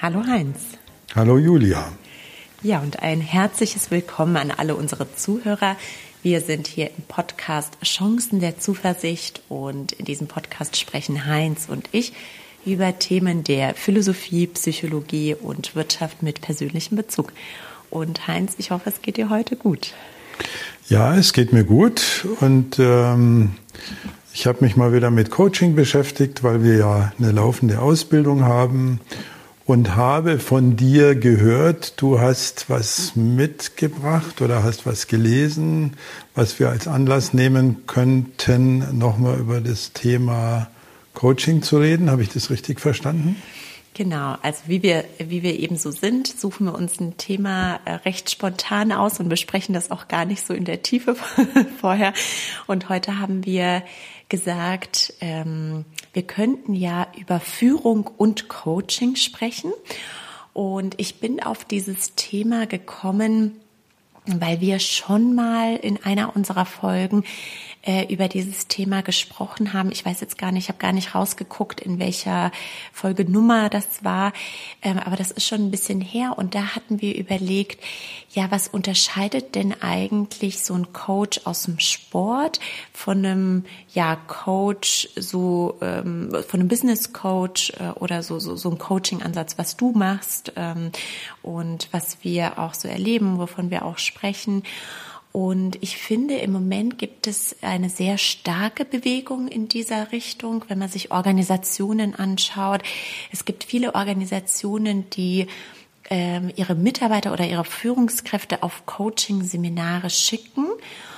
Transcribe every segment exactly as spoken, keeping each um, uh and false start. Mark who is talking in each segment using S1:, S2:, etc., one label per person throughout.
S1: Hallo Heinz.
S2: Hallo Julia.
S1: Ja, und ein herzliches Willkommen an alle unsere Zuhörer. Wir sind hier im Podcast Chancen der Zuversicht und in diesem Podcast sprechen Heinz und ich über Themen der Philosophie, Psychologie und Wirtschaft mit persönlichem Bezug. Und Heinz, ich hoffe, es geht dir heute gut.
S2: Ja, es geht mir gut und ähm, ich habe mich mal wieder mit Coaching beschäftigt, weil wir ja eine laufende Ausbildung haben und habe von dir gehört, du hast was mitgebracht oder hast was gelesen, was wir als Anlass nehmen könnten, nochmal über das Thema Coaching zu reden. Habe ich das richtig verstanden?
S1: Genau, also wie wir, wie wir eben so sind, suchen wir uns ein Thema recht spontan aus und besprechen das auch gar nicht so in der Tiefe vorher. Und heute haben wir gesagt, ähm, wir könnten ja über Führung und Coaching sprechen. Und ich bin auf dieses Thema gekommen, weil wir schon mal in einer unserer Folgen äh, über dieses Thema gesprochen haben. Ich weiß jetzt gar nicht, ich habe gar nicht rausgeguckt, in welcher Folgenummer das war, ähm, aber das ist schon ein bisschen her. Und da hatten wir überlegt, ja, was unterscheidet denn eigentlich so ein Coach aus dem Sport von einem ja Coach, so ähm, von einem Business Coach äh, oder so so so ein Coaching-Ansatz, was du machst ähm, und was wir auch so erleben, wovon wir auch sprechen. Und ich finde, im Moment gibt es eine sehr starke Bewegung in dieser Richtung, wenn man sich Organisationen anschaut. Es gibt viele Organisationen, die ähm, ihre Mitarbeiter oder ihre Führungskräfte auf Coaching-Seminare schicken.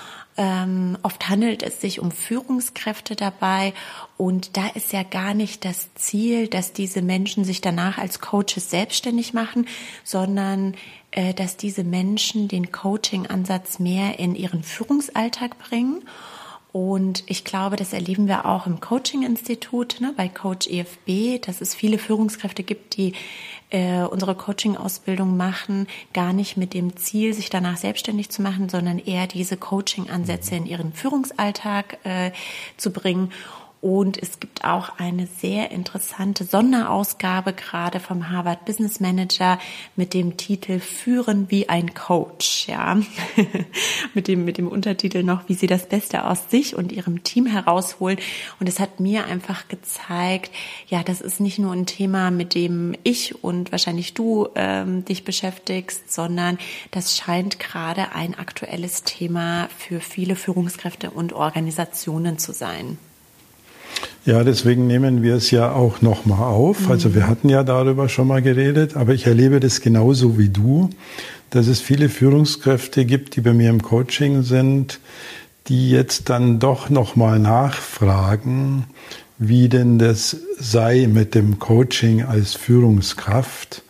S1: Ähm, oft handelt es sich um Führungskräfte dabei und da ist ja gar nicht das Ziel, dass diese Menschen sich danach als Coaches selbstständig machen, sondern äh, dass diese Menschen den Coaching-Ansatz mehr in ihren Führungsalltag bringen. Und ich glaube, das erleben wir auch im Coaching-Institut, ne, bei Coach E F B, dass es viele Führungskräfte gibt, die äh, unsere Coaching-Ausbildung machen, gar nicht mit dem Ziel, sich danach selbstständig zu machen, sondern eher diese Coaching-Ansätze in ihren Führungsalltag äh, zu bringen. Und es gibt auch eine sehr interessante Sonderausgabe gerade vom Harvard Business Manager mit dem Titel Führen wie ein Coach, ja, mit dem mit dem Untertitel noch, wie Sie das Beste aus sich und Ihrem Team herausholen. Und es hat mir einfach gezeigt, ja, das ist nicht nur ein Thema, mit dem ich und wahrscheinlich du ähm, dich beschäftigst, sondern das scheint gerade ein aktuelles Thema für viele Führungskräfte und Organisationen zu sein.
S2: Ja, deswegen nehmen wir es ja auch nochmal auf. Mhm. Also wir hatten ja darüber schon mal geredet, aber ich erlebe das genauso wie du, dass es viele Führungskräfte gibt, die bei mir im Coaching sind, die jetzt dann doch nochmal nachfragen, wie denn das sei mit dem Coaching als Führungskraft.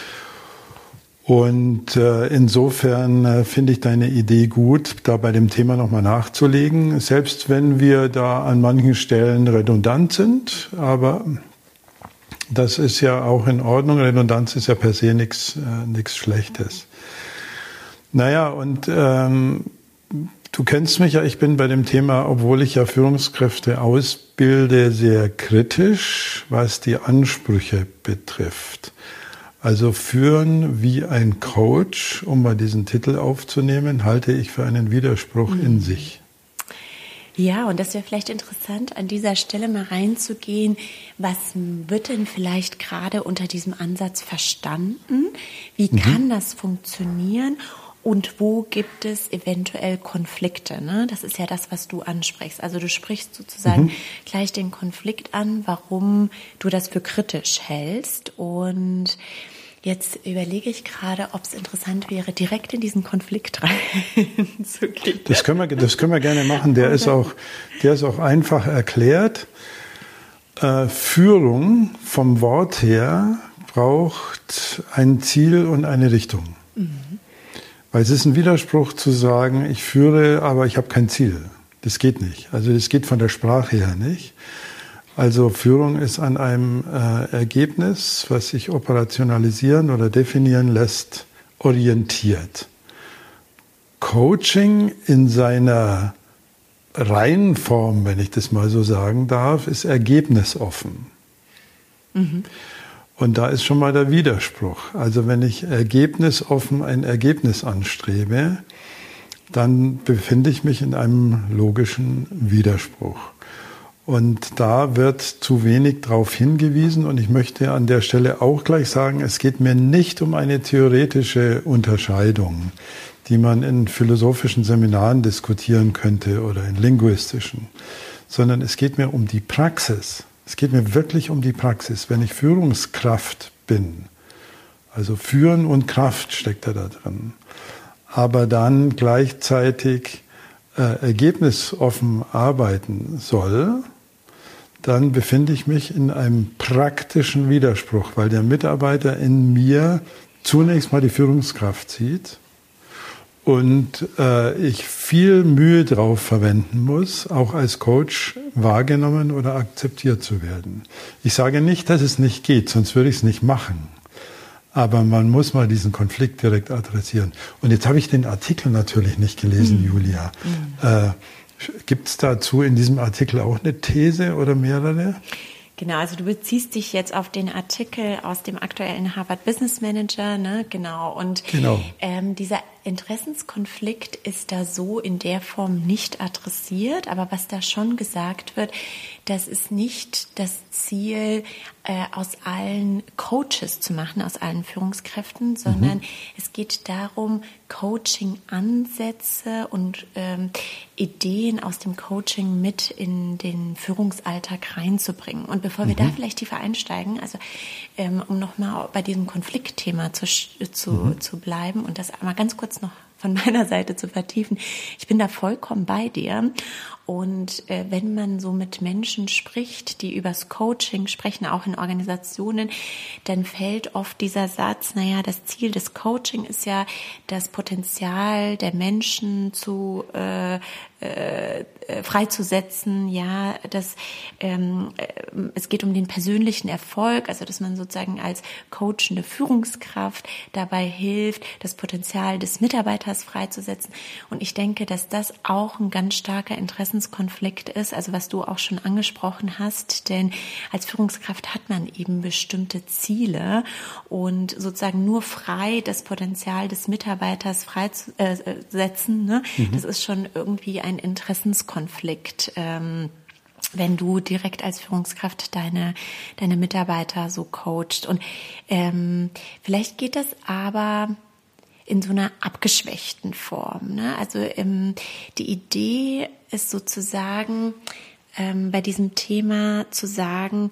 S2: Und äh, insofern äh, finde ich deine Idee gut, da bei dem Thema nochmal nachzulegen, selbst wenn wir da an manchen Stellen redundant sind, aber das ist ja auch in Ordnung. Redundanz ist ja per se nichts äh, nichts Schlechtes. Naja, und ähm, du kennst mich ja, ich bin bei dem Thema, obwohl ich ja Führungskräfte ausbilde, sehr kritisch, was die Ansprüche betrifft. Also führen wie ein Coach, um mal diesen Titel aufzunehmen, halte ich für einen Widerspruch mhm. in sich.
S1: Ja, und das wäre vielleicht interessant, an dieser Stelle mal reinzugehen. Was wird denn vielleicht gerade unter diesem Ansatz verstanden? Wie mhm. kann das funktionieren? Und wo gibt es eventuell Konflikte? Ne? Das ist ja das, was du ansprichst. Also du sprichst sozusagen mhm. gleich den Konflikt an, warum du das für kritisch hältst. Und jetzt überlege ich gerade, ob es interessant wäre, direkt in diesen Konflikt reinzugehen.
S2: Das können wir, das können wir gerne machen. Der ist auch, der ist auch einfach erklärt. Äh, Führung vom Wort her braucht ein Ziel und eine Richtung. Mhm. Weil es ist ein Widerspruch zu sagen, ich führe, aber ich habe kein Ziel. Das geht nicht. Also das geht von der Sprache her nicht. Also Führung ist an einem äh, Ergebnis, was sich operationalisieren oder definieren lässt, orientiert. Coaching in seiner reinen Form, wenn ich das mal so sagen darf, ist ergebnisoffen. Mhm. Und da ist schon mal der Widerspruch. Also wenn ich ergebnisoffen ein Ergebnis anstrebe, dann befinde ich mich in einem logischen Widerspruch. Und da wird zu wenig darauf hingewiesen. Und ich möchte an der Stelle auch gleich sagen, es geht mir nicht um eine theoretische Unterscheidung, die man in philosophischen Seminaren diskutieren könnte oder in linguistischen, sondern es geht mir um die Praxis. Es geht mir wirklich um die Praxis. Wenn ich Führungskraft bin, also Führen und Kraft steckt da drin, aber dann gleichzeitig äh, ergebnisoffen arbeiten soll, dann befinde ich mich in einem praktischen Widerspruch, weil der Mitarbeiter in mir zunächst mal die Führungskraft sieht und äh, ich viel Mühe drauf verwenden muss, auch als Coach wahrgenommen oder akzeptiert zu werden. Ich sage nicht, dass es nicht geht, sonst würde ich es nicht machen. Aber man muss mal diesen Konflikt direkt adressieren. Und jetzt habe ich den Artikel natürlich nicht gelesen, mhm. Julia. Mhm. Äh, gibt es dazu in diesem Artikel auch eine These oder mehrere?
S1: Genau, also du beziehst dich jetzt auf den Artikel aus dem aktuellen Harvard Business Manager, ne? Genau. Und
S2: genau.
S1: Ähm, dieser Interessenskonflikt ist da so in der Form nicht adressiert, aber was da schon gesagt wird, das ist nicht das Ziel, äh, aus allen Coaches zu machen, aus allen Führungskräften, sondern mhm. es geht darum, Coaching-Ansätze und ähm, Ideen aus dem Coaching mit in den Führungsalltag reinzubringen. Und bevor wir mhm. da vielleicht tiefer einsteigen, also ähm, um nochmal bei diesem Konfliktthema zu, zu, mhm. zu bleiben und das einmal ganz kurz noch von meiner Seite zu vertiefen. Ich bin da vollkommen bei dir. Und äh, wenn man so mit Menschen spricht, die übers Coaching sprechen, auch in Organisationen, dann fällt oft dieser Satz, naja, das Ziel des Coaching ist ja, das Potenzial der Menschen zu äh, äh, freizusetzen, ja, dass ähm, es geht um den persönlichen Erfolg, also dass man sozusagen als coachende Führungskraft dabei hilft, das Potenzial des Mitarbeiters freizusetzen. Und ich denke, dass das auch ein ganz starker Interessenskonflikt ist, also was du auch schon angesprochen hast, denn als Führungskraft hat man eben bestimmte Ziele und sozusagen nur frei das Potenzial des Mitarbeiters freizusetzen, ne? Mhm. Das ist schon irgendwie ein Interessenskonflikt, ähm, wenn du direkt als Führungskraft deine deine Mitarbeiter so coacht. Und ähm, vielleicht geht das aber in so einer abgeschwächten Form, ne? Also ähm, die Idee ist sozusagen ähm, bei diesem Thema zu sagen,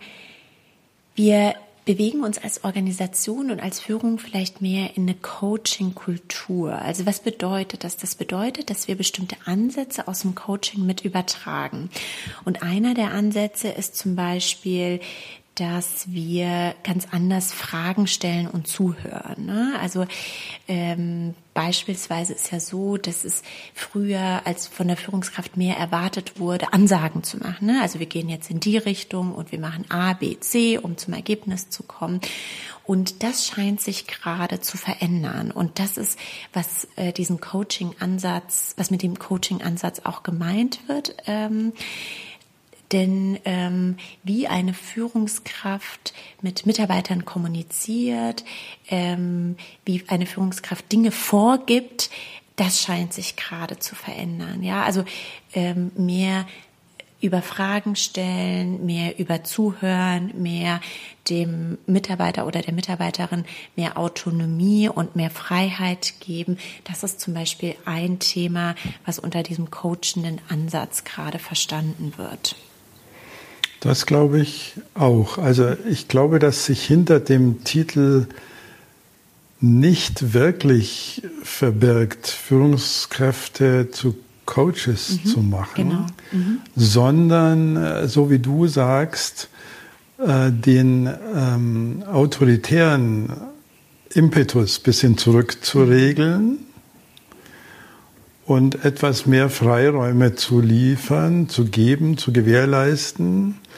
S1: wir bewegen uns als Organisation und als Führung vielleicht mehr in eine Coaching-Kultur. Also was bedeutet das? Das bedeutet, dass wir bestimmte Ansätze aus dem Coaching mit übertragen. Und einer der Ansätze ist zum Beispiel, dass wir ganz anders Fragen stellen und zuhören, ne? Also ähm, beispielsweise ist ja so, dass es früher als von der Führungskraft mehr erwartet wurde, Ansagen zu machen, ne? Also wir gehen jetzt in die Richtung und wir machen A, B, C, um zum Ergebnis zu kommen. Und das scheint sich gerade zu verändern. Und das ist, was äh, diesen Coaching-Ansatz, was mit dem Coaching-Ansatz auch gemeint wird. Ähm, Denn ähm, wie eine Führungskraft mit Mitarbeitern kommuniziert, ähm, wie eine Führungskraft Dinge vorgibt, das scheint sich gerade zu verändern. Ja, also ähm, mehr über Fragen stellen, mehr über Zuhören, mehr dem Mitarbeiter oder der Mitarbeiterin mehr Autonomie und mehr Freiheit geben. Das ist zum Beispiel ein Thema, was unter diesem coachenden Ansatz gerade verstanden wird.
S2: Das glaube ich auch. Also ich glaube, dass sich hinter dem Titel nicht wirklich verbirgt, Führungskräfte zu Coaches mhm, zu machen,
S1: genau. mhm.
S2: sondern, so wie du sagst, den ähm, autoritären Impetus ein bisschen zurückzuregeln und etwas mehr Freiräume zu liefern, zu geben, zu gewährleisten,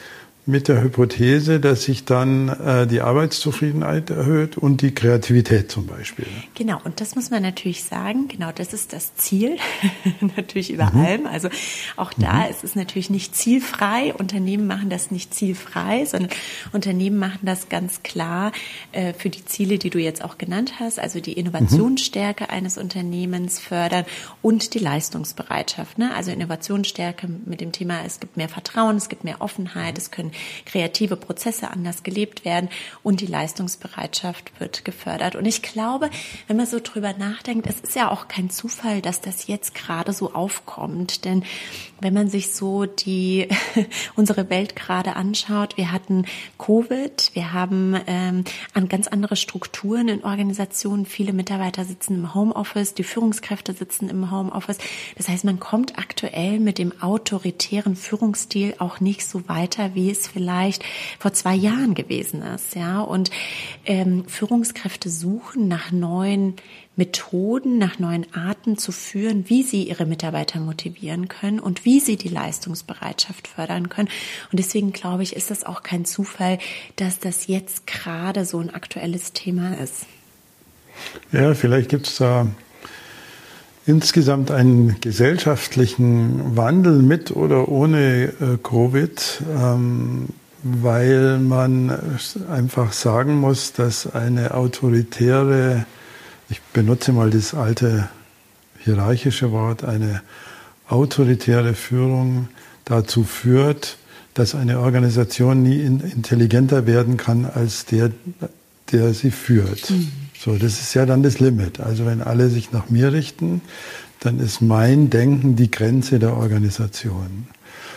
S2: mit der Hypothese, dass sich dann äh, die Arbeitszufriedenheit erhöht und die Kreativität zum Beispiel.
S1: Genau, und das muss man natürlich sagen, genau das ist das Ziel, natürlich über
S2: mhm.
S1: allem. Also auch da mhm. ist es natürlich nicht zielfrei, Unternehmen machen das nicht zielfrei, sondern Unternehmen machen das ganz klar äh, für die Ziele, die du jetzt auch genannt hast, also die Innovationsstärke mhm. eines Unternehmens fördern und die Leistungsbereitschaft. Ne? Also Innovationsstärke mit dem Thema, es gibt mehr Vertrauen, es gibt mehr Offenheit, es können kreative Prozesse anders gelebt werden und die Leistungsbereitschaft wird gefördert. Und ich glaube, wenn man so drüber nachdenkt, es ist ja auch kein Zufall, dass das jetzt gerade so aufkommt. Denn wenn man sich so die unsere Welt gerade anschaut, wir hatten Covid, wir haben ähm, an ganz andere Strukturen in Organisationen. Viele Mitarbeiter sitzen im Homeoffice, die Führungskräfte sitzen im Homeoffice. Das heißt, man kommt aktuell mit dem autoritären Führungsstil auch nicht so weiter, wie es vielleicht vor zwei Jahren gewesen ist, ja. Und ähm, Führungskräfte suchen nach neuen Methoden, nach neuen Arten zu führen, wie sie ihre Mitarbeiter motivieren können und wie sie die Leistungsbereitschaft fördern können. Und deswegen glaube ich, ist das auch kein Zufall, dass das jetzt gerade so ein aktuelles Thema ist.
S2: Ja, vielleicht gibt es da insgesamt einen gesellschaftlichen Wandel mit oder ohne äh, Covid, ähm, weil man einfach sagen muss, dass eine autoritäre, ich benutze mal das alte hierarchische Wort, eine autoritäre Führung dazu führt, dass eine Organisation nie in, intelligenter werden kann als der, der sie führt. Mhm. So, das ist ja dann das Limit. Also wenn alle sich nach mir richten, dann ist mein Denken die Grenze der Organisation.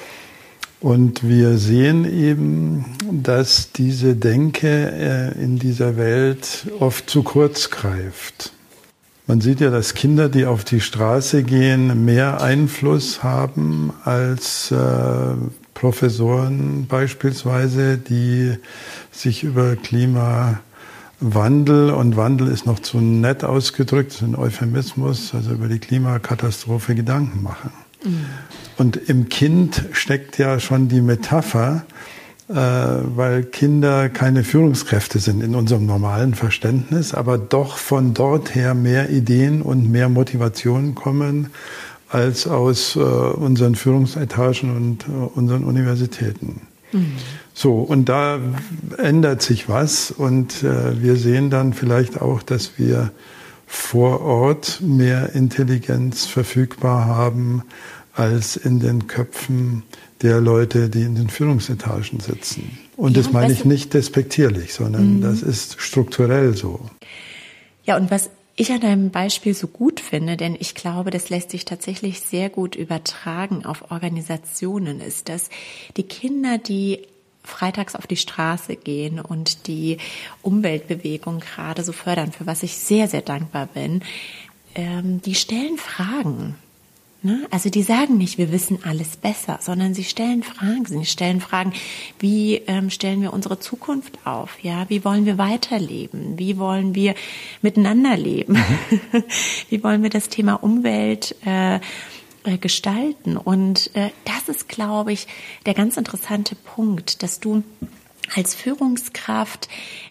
S2: Und wir sehen eben, dass diese Denke äh, in dieser Welt oft zu kurz greift. Man sieht ja, dass Kinder, die auf die Straße gehen, mehr Einfluss haben als äh, Professoren beispielsweise, die sich über Klima Wandel, und Wandel ist noch zu nett ausgedrückt, das ist ein Euphemismus, also über die Klimakatastrophe Gedanken machen. Mhm. Und im Kind steckt ja schon die Metapher, äh, weil Kinder keine Führungskräfte sind in unserem normalen Verständnis, aber doch von dort her mehr Ideen und mehr Motivation kommen als aus äh, unseren Führungsetagen und äh, unseren Universitäten. Mhm. So, und da ändert sich was und äh, wir sehen dann vielleicht auch, dass wir vor Ort mehr Intelligenz verfügbar haben als in den Köpfen der Leute, die in den Führungsetagen sitzen. Und ja, das meine ich nicht despektierlich, sondern mhm. das ist strukturell so.
S1: Ja, und was ich an deinem Beispiel so gut finde, denn ich glaube, das lässt sich tatsächlich sehr gut übertragen auf Organisationen, ist, dass die Kinder, die freitags auf die Straße gehen und die Umweltbewegung gerade so fördern, für was ich sehr, sehr dankbar bin, ähm, die stellen Fragen. Ne? Also die sagen nicht, wir wissen alles besser, sondern sie stellen Fragen. Sie stellen Fragen, wie ähm, stellen wir unsere Zukunft auf? Ja, wie wollen wir weiterleben? Wie wollen wir miteinander leben? Mhm. Wie wollen wir das Thema Umwelt äh, gestalten? Und äh, das ist, glaube ich, der ganz interessante Punkt, dass du als Führungskraft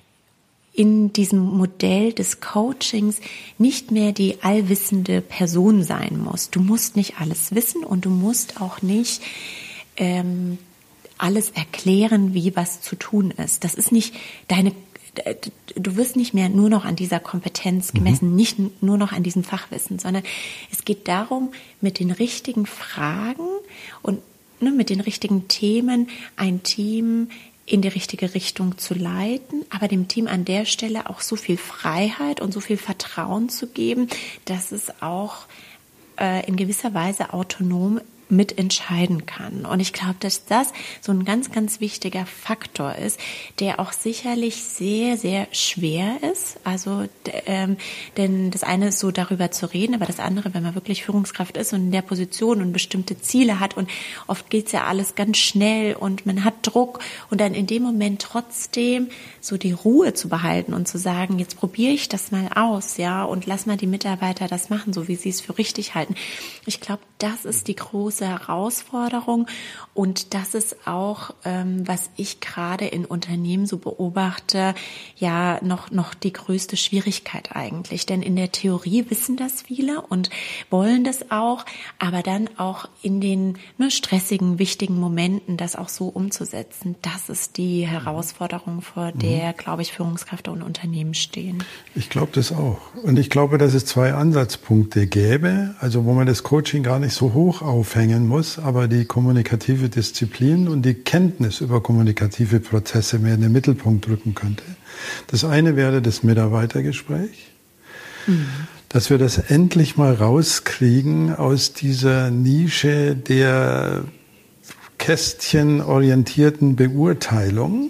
S1: in diesem Modell des Coachings nicht mehr die allwissende Person sein musst. Du musst nicht alles wissen und du musst auch nicht ähm, alles erklären, wie was zu tun ist. Das ist nicht deine Du wirst nicht mehr nur noch an dieser Kompetenz gemessen, mhm. nicht nur noch an diesem Fachwissen, sondern es geht darum, mit den richtigen Fragen und ne, mit den richtigen Themen ein Team in die richtige Richtung zu leiten, aber dem Team an der Stelle auch so viel Freiheit und so viel Vertrauen zu geben, dass es auch äh, in gewisser Weise autonom mitentscheiden kann. Und ich glaube, dass das so ein ganz, ganz wichtiger Faktor ist, der auch sicherlich sehr, sehr schwer ist. Also, ähm, denn das eine ist so darüber zu reden, aber das andere, wenn man wirklich Führungskraft ist und in der Position und bestimmte Ziele hat und oft geht's ja alles ganz schnell und man hat Druck und dann in dem Moment trotzdem so die Ruhe zu behalten und zu sagen, jetzt probiere ich das mal aus, ja, und lass mal die Mitarbeiter das machen, so wie sie es für richtig halten. Ich glaube, das ist die große große Herausforderung. Und das ist auch, ähm, was ich gerade in Unternehmen so beobachte, ja noch noch die größte Schwierigkeit eigentlich. Denn in der Theorie wissen das viele und wollen das auch, aber dann auch in den ne, stressigen, wichtigen Momenten das auch so umzusetzen, das ist die Herausforderung, vor der, mhm. glaube ich, Führungskräfte und Unternehmen stehen.
S2: Ich glaube das auch. Und ich glaube, dass es zwei Ansatzpunkte gäbe, also wo man das Coaching gar nicht so hoch aufhängen muss, aber die kommunikative Disziplin und die Kenntnis über kommunikative Prozesse mehr in den Mittelpunkt rücken könnte. Das eine wäre das Mitarbeitergespräch, mhm. dass wir das endlich mal rauskriegen aus dieser Nische der kästchenorientierten Beurteilung,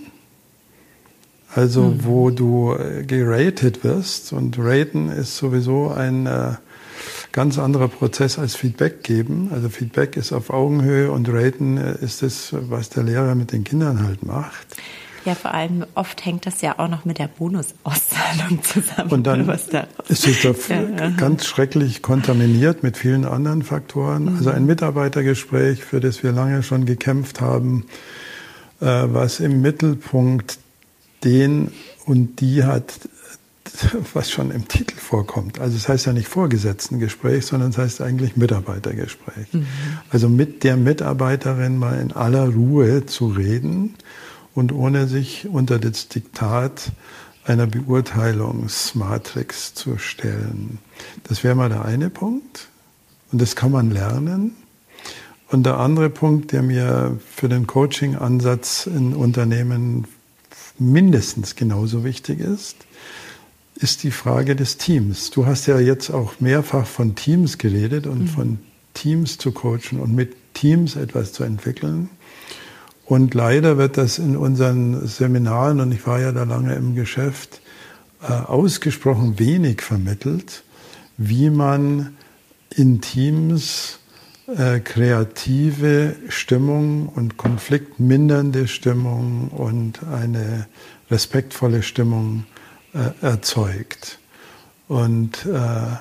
S2: also mhm. wo du geratet wirst, und raten ist sowieso ein äh, ganz anderer Prozess als Feedback geben. Also Feedback ist auf Augenhöhe und raten ist das, was der Lehrer mit den Kindern halt macht.
S1: Ja, vor allem oft hängt das ja auch noch mit der Bonusauszahlung zusammen.
S2: Und dann was da ist es da ja, ganz schrecklich kontaminiert mit vielen anderen Faktoren. Mhm. Also ein Mitarbeitergespräch, für das wir lange schon gekämpft haben, äh, was im Mittelpunkt den und die hat, was schon im Titel vorkommt. Also es heißt ja nicht Vorgesetztengespräch, sondern es heißt eigentlich Mitarbeitergespräch. Mhm. Also mit der Mitarbeiterin mal in aller Ruhe zu reden und ohne sich unter das Diktat einer Beurteilungsmatrix zu stellen. Das wäre mal der eine Punkt. Und das kann man lernen. Und der andere Punkt, der mir für den Coaching-Ansatz in Unternehmen mindestens genauso wichtig ist, ist die Frage des Teams. Du hast ja jetzt auch mehrfach von Teams geredet und mhm. von Teams zu coachen und mit Teams etwas zu entwickeln. Und leider wird das in unseren Seminaren, und ich war ja da lange im Geschäft, äh, ausgesprochen wenig vermittelt, wie man in Teams äh, kreative Stimmung und konfliktmindernde Stimmung und eine respektvolle Stimmung äh, erzeugt. Und äh,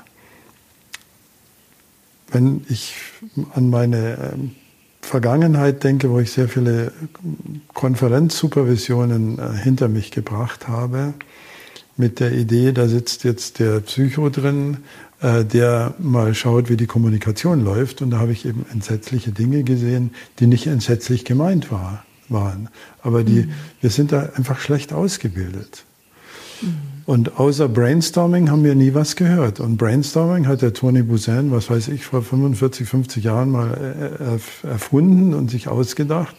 S2: wenn ich an meine äh, Vergangenheit denke, wo ich sehr viele Konferenzsupervisionen äh, hinter mich gebracht habe, mit der Idee, da sitzt jetzt der Psycho drin, äh, der mal schaut, wie die Kommunikation läuft. Und da habe ich eben entsetzliche Dinge gesehen, die nicht entsetzlich gemeint war, waren. Aber die, mhm. wir sind da einfach schlecht ausgebildet. Mhm. Und außer Brainstorming haben wir nie was gehört. Und Brainstorming hat der Tony Buzan, was weiß ich, vor fünfundvierzig, fünfzig Jahren mal erfunden und sich ausgedacht.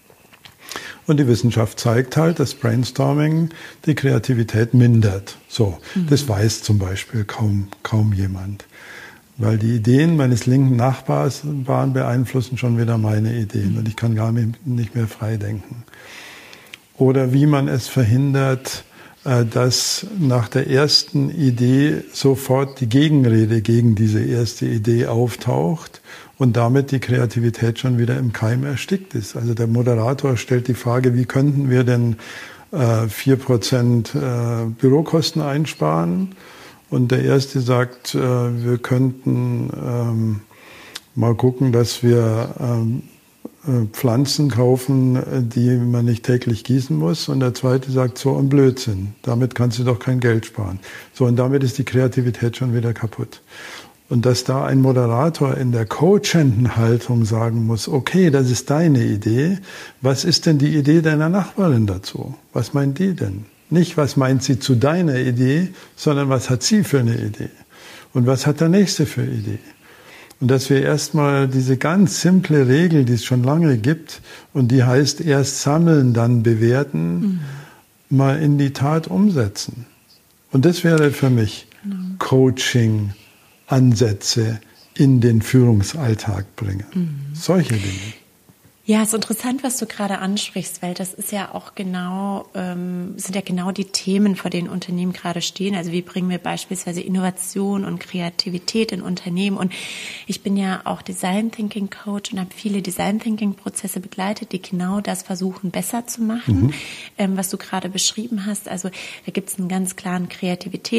S2: Und die Wissenschaft zeigt halt, dass Brainstorming die Kreativität mindert. So, mhm. das weiß zum Beispiel kaum, kaum jemand. Weil die Ideen meines linken Nachbars waren beeinflussen schon wieder meine Ideen. Und ich kann gar nicht mehr frei denken. Oder wie man es verhindert, dass nach der ersten Idee sofort die Gegenrede gegen diese erste Idee auftaucht und damit die Kreativität schon wieder im Keim erstickt ist. Also der Moderator stellt die Frage, wie könnten wir denn vier Prozent äh, Bürokosten einsparen? Und der Erste sagt, äh, wir könnten ähm, mal gucken, dass wir ähm, Pflanzen kaufen, die man nicht täglich gießen muss. Und der Zweite sagt, so ein Blödsinn. Damit kannst du doch kein Geld sparen. So, und damit ist die Kreativität schon wieder kaputt. Und dass da ein Moderator in der coachenden Haltung sagen muss, okay, das ist deine Idee. Was ist denn die Idee deiner Nachbarin dazu? Was meint die denn? Nicht, was meint sie zu deiner Idee, sondern was hat sie für eine Idee? Und was hat der Nächste für eine Idee? Und dass wir erstmal diese ganz simple Regel, die es schon lange gibt, und die heißt erst sammeln, dann bewerten, mhm. mal in die Tat umsetzen. Und das wäre für mich mhm. Coaching-Ansätze in den Führungsalltag bringen. Mhm. Solche Dinge.
S1: Ja, es ist interessant, was du gerade ansprichst, weil das ist ja auch genau, ähm, sind ja genau die Themen, vor denen Unternehmen gerade stehen. Also wie bringen wir beispielsweise Innovation und Kreativität in Unternehmen? Und ich bin ja auch Design Thinking Coach und habe viele Design Thinking Prozesse begleitet, die genau das versuchen, besser zu machen, mhm. ähm, was du gerade beschrieben hast. Also da gibt es einen ganz klaren Kreativität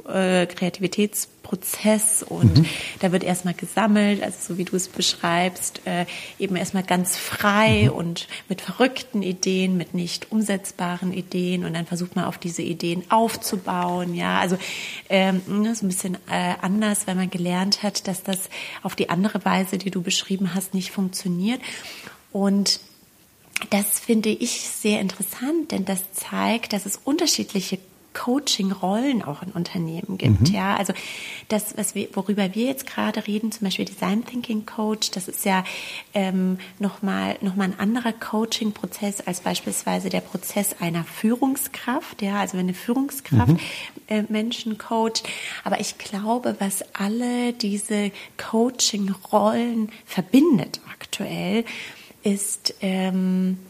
S1: äh, Kreativitätsprozess und mhm. da wird erstmal gesammelt, also so wie du es beschreibst, äh, eben erstmal ganz frei mhm. und mit verrückten Ideen, mit nicht umsetzbaren Ideen und dann versucht man auf diese Ideen aufzubauen, ja, also ähm, so ein bisschen äh, anders, weil man gelernt hat, dass das auf die andere Weise, die du beschrieben hast, nicht funktioniert. Und das finde ich sehr interessant, denn das zeigt, dass es unterschiedliche Coaching-Rollen auch in Unternehmen gibt. Mhm. Ja, also das, was wir, worüber wir jetzt gerade reden, zum Beispiel Design Thinking Coach, das ist ja ähm, nochmal noch mal ein anderer Coaching-Prozess als beispielsweise der Prozess einer Führungskraft. Ja, also wenn eine Führungskraft mhm. äh, Menschen coacht. Aber ich glaube, was alle diese Coaching-Rollen verbindet aktuell, ist ähm,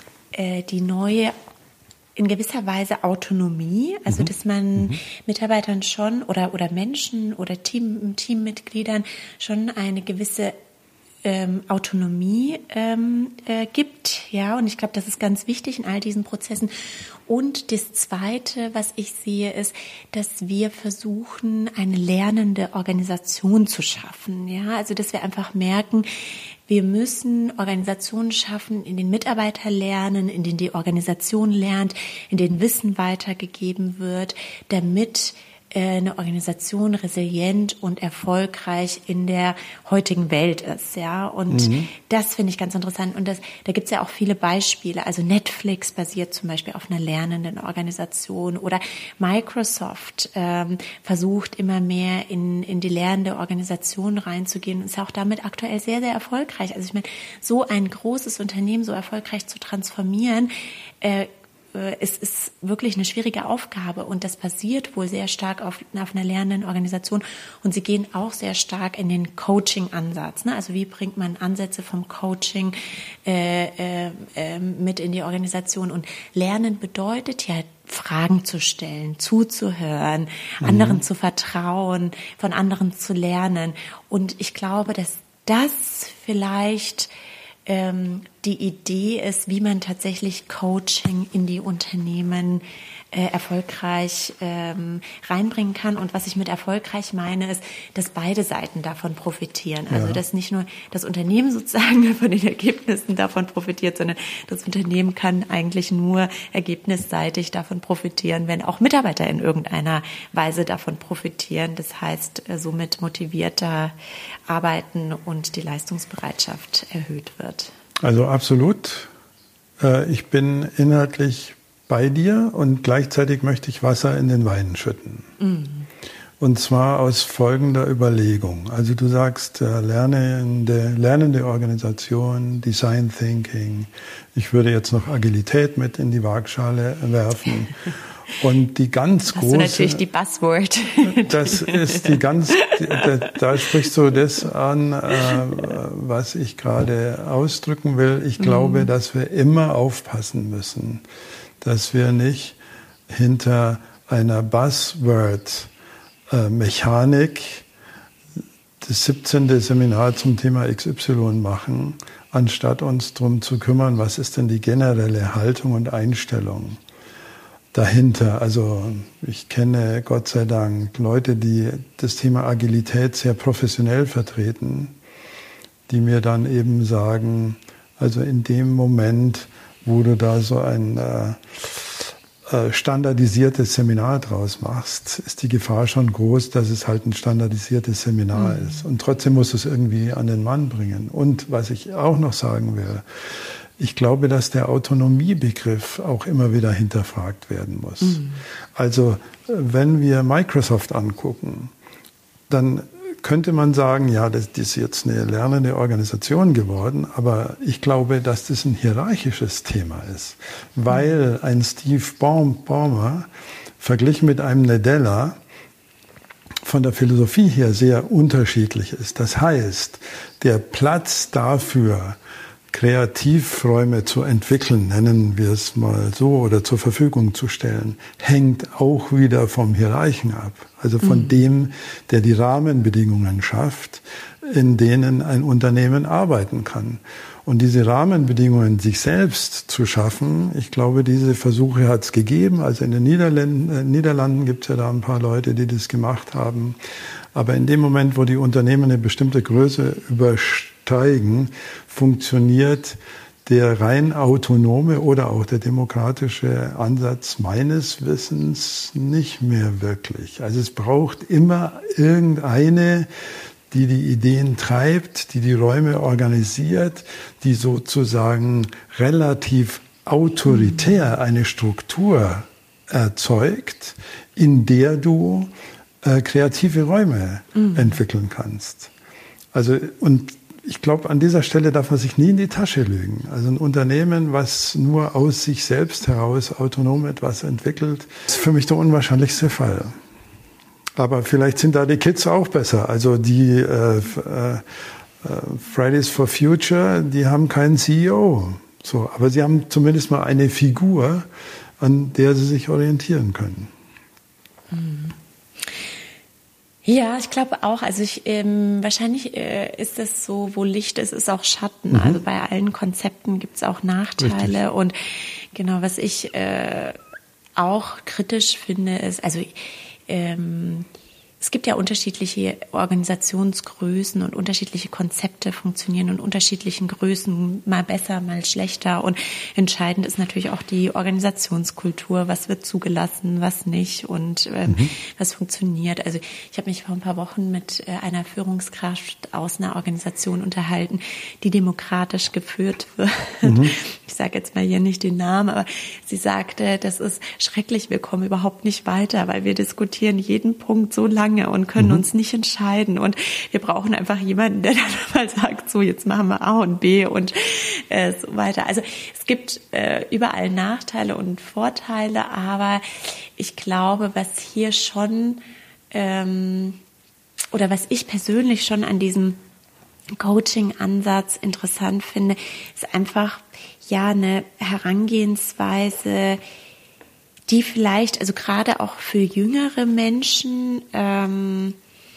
S1: äh, die neue in gewisser Weise Autonomie, also mhm. dass man mhm. Mitarbeitern schon oder oder Menschen oder Team, Teammitgliedern schon eine gewisse ähm, Autonomie ähm, äh, gibt, ja, und ich glaube, das ist ganz wichtig in all diesen Prozessen. Und das Zweite, was ich sehe, ist, dass wir versuchen, eine lernende Organisation zu schaffen, ja, also dass wir einfach merken, wir müssen Organisationen schaffen, in denen Mitarbeiter lernen, in denen die Organisation lernt, in denen Wissen weitergegeben wird, damit eine Organisation resilient und erfolgreich in der heutigen Welt ist, ja. Und mhm. das finde ich ganz interessant. Und das, da gibt es ja auch viele Beispiele. Also Netflix basiert zum Beispiel auf einer lernenden Organisation oder Microsoft ähm, versucht immer mehr in in die lernende Organisation reinzugehen und ist auch damit aktuell sehr, sehr erfolgreich. Also ich meine, so ein großes Unternehmen so erfolgreich zu transformieren, äh, es ist wirklich eine schwierige Aufgabe und das basiert wohl sehr stark auf, auf einer lernenden Organisation und sie gehen auch sehr stark in den Coaching-Ansatz. Ne? Also wie bringt man Ansätze vom Coaching äh, äh, mit in die Organisation und Lernen bedeutet ja, Fragen zu stellen, zuzuhören, mhm. anderen zu vertrauen, von anderen zu lernen und ich glaube, dass das vielleicht die Idee ist, wie man tatsächlich Coaching in die Unternehmen äh, erfolgreich ähm, reinbringen kann. Und was ich mit erfolgreich meine, ist, dass beide Seiten davon profitieren. Also, ja. dass nicht nur das Unternehmen sozusagen von den Ergebnissen davon profitiert, sondern das Unternehmen kann eigentlich nur ergebnisseitig davon profitieren, wenn auch Mitarbeiter in irgendeiner Weise davon profitieren. Das heißt, somit motivierter arbeiten und die Leistungsbereitschaft erhöht wird.
S2: Also absolut. Ich bin inhaltlich bei dir und gleichzeitig möchte ich Wasser in den Wein schütten. Mhm. Und zwar aus folgender Überlegung. Also du sagst äh, lernende, lernende Organisation, Design Thinking. Ich würde jetzt noch Agilität mit in die Waagschale werfen. Und die ganz große... Das ist
S1: natürlich die Buzzword.
S2: Das ist die ganz... Da, da sprichst du das an, äh, was ich gerade ausdrücken will. Ich glaube, mhm. dass wir immer aufpassen müssen, dass wir nicht hinter einer Buzzword-Mechanik das siebzehnte Seminar zum Thema X Y machen, anstatt uns darum zu kümmern, was ist denn die generelle Haltung und Einstellung dahinter. Also ich kenne Gott sei Dank Leute, die das Thema Agilität sehr professionell vertreten, die mir dann eben sagen, also in dem Moment, wo du da so ein äh, äh, standardisiertes Seminar draus machst, ist die Gefahr schon groß, dass es halt ein standardisiertes Seminar mhm. ist. Und trotzdem musst du es irgendwie an den Mann bringen. Und was ich auch noch sagen will, ich glaube, dass der Autonomiebegriff auch immer wieder hinterfragt werden muss. Mhm. Also wenn wir Microsoft angucken, dann könnte man sagen, ja, das ist jetzt eine lernende Organisation geworden, aber ich glaube, dass das ein hierarchisches Thema ist, weil ein Steve Ballmer verglichen mit einem Nadella von der Philosophie her sehr unterschiedlich ist. Das heißt, der Platz dafür, Kreativräume zu entwickeln, nennen wir es mal so, oder zur Verfügung zu stellen, hängt auch wieder vom Hierarchen ab. Also von mhm. dem, der die Rahmenbedingungen schafft, in denen ein Unternehmen arbeiten kann. Und diese Rahmenbedingungen sich selbst zu schaffen, ich glaube, diese Versuche hat es gegeben. Also in den Niederlanden, äh, Niederlanden gibt es ja da ein paar Leute, die das gemacht haben. Aber in dem Moment, wo die Unternehmen eine bestimmte Größe übersteigen, funktioniert der rein autonome oder auch der demokratische Ansatz meines Wissens nicht mehr wirklich. Also es braucht immer irgendeine, die die Ideen treibt, die die Räume organisiert, die sozusagen relativ autoritär eine Struktur erzeugt, in der du äh, kreative Räume mhm. entwickeln kannst. Also, und ich glaube, an dieser Stelle darf man sich nie in die Tasche lügen. Also ein Unternehmen, was nur aus sich selbst heraus autonom etwas entwickelt, ist für mich der unwahrscheinlichste Fall. Aber vielleicht sind da die Kids auch besser. Also die äh, äh, Fridays for Future, die haben keinen C E O. So, aber sie haben zumindest mal eine Figur, an der sie sich orientieren können.
S1: Ja, ich glaube auch. Also ich, ähm, wahrscheinlich äh, ist es so, wo Licht ist, ist auch Schatten. Mhm. Also bei allen Konzepten gibt es auch Nachteile. Richtig. Und genau, was ich äh, auch kritisch finde, ist, also ähm, es gibt ja unterschiedliche Organisationsgrößen und unterschiedliche Konzepte funktionieren in unterschiedlichen Größen, mal besser, mal schlechter. Und entscheidend ist natürlich auch die Organisationskultur, was wird zugelassen, was nicht und ähm, mhm. was funktioniert. Also ich habe mich vor ein paar Wochen mit äh, einer Führungskraft aus einer Organisation unterhalten, die demokratisch geführt wird. Mhm. Ich sage jetzt mal hier nicht den Namen, aber sie sagte, das ist schrecklich, wir kommen überhaupt nicht weiter, weil wir diskutieren jeden Punkt so lange und können mhm. uns nicht entscheiden. Und wir brauchen einfach jemanden, der dann mal sagt, so jetzt machen wir A und B und äh, so weiter. Also es gibt äh, überall Nachteile und Vorteile, aber ich glaube, was hier schon ähm, oder was ich persönlich schon an diesem Coaching-Ansatz interessant finde, ist einfach ja eine Herangehensweise, die vielleicht, also gerade auch für jüngere Menschen, ähm,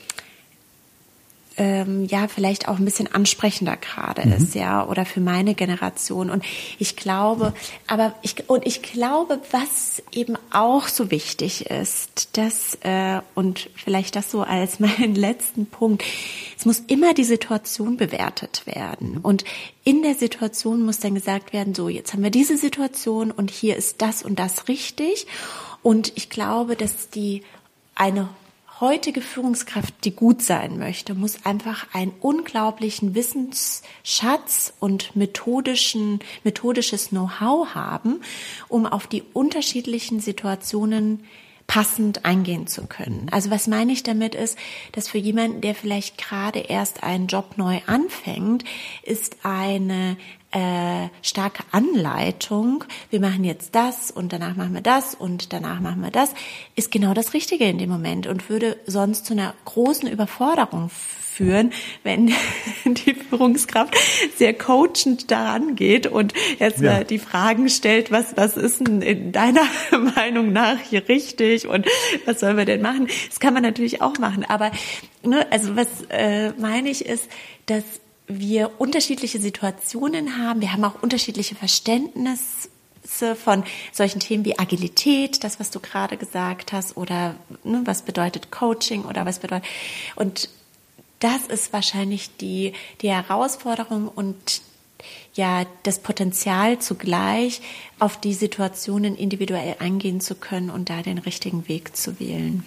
S1: ähm, ja, vielleicht auch ein bisschen ansprechender gerade mhm. ist, ja, oder für meine Generation. Und ich glaube, aber ich, und ich glaube, was eben auch so wichtig ist, dass, äh, und vielleicht das so als meinen letzten Punkt, es muss immer die Situation bewertet werden. Und in der Situation muss dann gesagt werden, so, jetzt haben wir diese Situation und hier ist das und das richtig. Und ich glaube, dass die, eine heutige Führungskraft, die gut sein möchte, muss einfach einen unglaublichen Wissensschatz und methodischen, methodisches Know-how haben, um auf die unterschiedlichen Situationen passend eingehen zu können. Also was meine ich damit ist, dass für jemanden, der vielleicht gerade erst einen Job neu anfängt, ist eine äh, starke Anleitung, wir machen jetzt das und danach machen wir das und danach machen wir das, ist genau das Richtige in dem Moment und würde sonst zu einer großen Überforderung führen, wenn die Führungskraft sehr coachend daran geht und erstmal ja. die Fragen stellt, was, was ist denn in deiner Meinung nach hier richtig und was sollen wir denn machen? Das kann man natürlich auch machen, aber ne, also was äh, meine ich ist, dass wir unterschiedliche Situationen haben, wir haben auch unterschiedliche Verständnisse von solchen Themen wie Agilität, das, was du gerade gesagt hast, oder ne, was bedeutet Coaching oder was bedeutet, und das ist wahrscheinlich die, die Herausforderung und ja, das Potenzial zugleich, auf die Situationen individuell eingehen zu können und da den richtigen Weg zu wählen.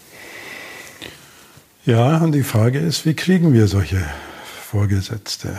S2: Ja, und die Frage ist, wie kriegen wir solche Vorgesetzte?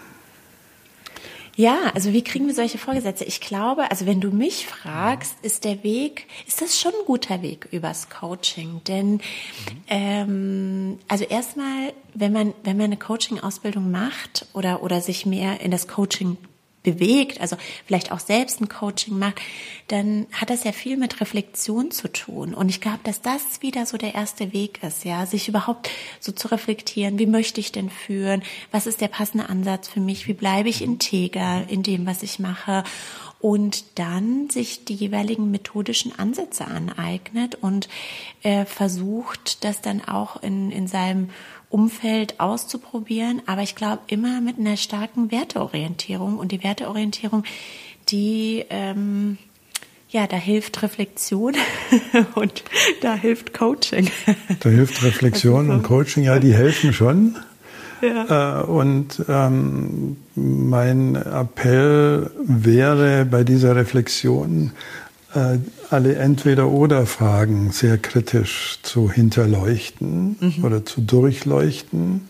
S1: Ja, also wie kriegen wir solche Vorgesetzte? Ich glaube, also wenn du mich fragst, ist der Weg, ist das schon ein guter Weg übers Coaching? Denn mhm. ähm, also erstmal, wenn man wenn man eine Coaching-Ausbildung macht oder oder sich mehr in das Coaching bewegt, also vielleicht auch selbst ein Coaching macht, dann hat das ja viel mit Reflexion zu tun. Und ich glaube, dass das wieder so der erste Weg ist, ja, sich überhaupt so zu reflektieren, wie möchte ich denn führen, was ist der passende Ansatz für mich, wie bleibe ich integer in dem, was ich mache, und dann sich die jeweiligen methodischen Ansätze aneignet und äh, versucht, das dann auch in, in seinem Umfeld auszuprobieren, aber ich glaube immer mit einer starken Werteorientierung, und die Werteorientierung, die ähm, ja, da hilft Reflexion und da hilft Coaching.
S2: Da hilft Reflexion so. Und Coaching, ja, die helfen schon. Ja. Äh, und ähm, mein Appell wäre bei dieser Reflexion, äh, alle Entweder-oder-Fragen sehr kritisch zu hinterleuchten mhm. oder zu durchleuchten,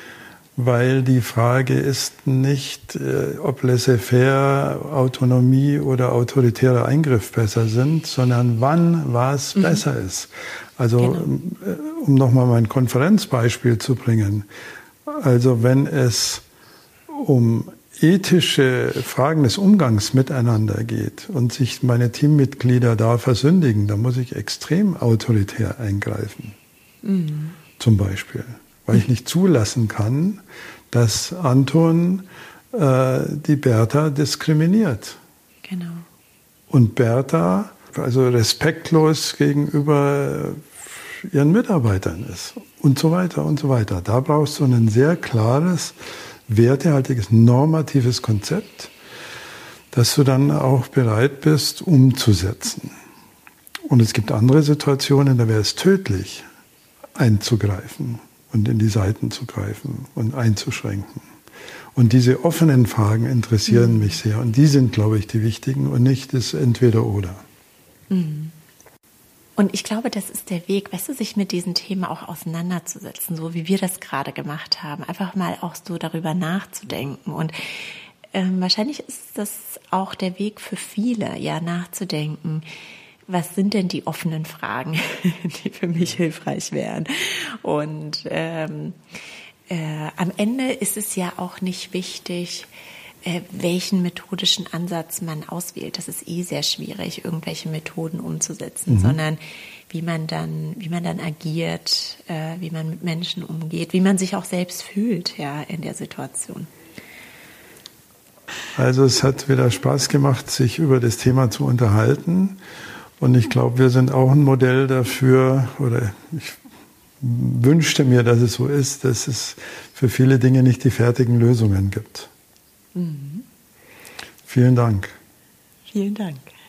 S2: weil die Frage ist nicht, äh, ob Laissez-faire, Autonomie oder autoritärer Eingriff besser sind, sondern wann was mhm. besser ist. Also genau. äh, um nochmal mein Konferenzbeispiel zu bringen, also wenn es um ethische Fragen des Umgangs miteinander geht und sich meine Teammitglieder da versündigen, dann muss ich extrem autoritär eingreifen. Mhm. Zum Beispiel. Weil ich nicht zulassen kann, dass Anton äh, die Bertha diskriminiert.
S1: Genau.
S2: Und Bertha also respektlos gegenüber ihren Mitarbeitern ist. Und so weiter und so weiter. Da brauchst du ein sehr klares, wertehaltiges, normatives Konzept, das du dann auch bereit bist, umzusetzen. Und es gibt andere Situationen, da wäre es tödlich, einzugreifen und in die Seiten zu greifen und einzuschränken. Und diese offenen Fragen interessieren mhm. mich sehr. Und die sind, glaube ich, die wichtigen und nicht das Entweder-Oder.
S1: Mhm. Und ich glaube, das ist der Weg, weißt du, sich mit diesen Themen auch auseinanderzusetzen, so wie wir das gerade gemacht haben. Einfach mal auch so darüber nachzudenken. Und ähm, wahrscheinlich ist das auch der Weg für viele, ja, nachzudenken. Was sind denn die offenen Fragen, die für mich hilfreich wären? Und ähm, äh, am Ende ist es ja auch nicht wichtig, äh, welchen methodischen Ansatz man auswählt. Das ist eh sehr schwierig, irgendwelche Methoden umzusetzen, mhm. sondern wie man dann, wie man dann agiert, äh, wie man mit Menschen umgeht, wie man sich auch selbst fühlt, ja, in der Situation.
S2: Also es hat wieder Spaß gemacht, sich über das Thema zu unterhalten. Und ich glaube, wir sind auch ein Modell dafür, oder ich wünschte mir, dass es so ist, dass es für viele Dinge nicht die fertigen Lösungen gibt. Mhm. Vielen Dank.
S1: Vielen Dank.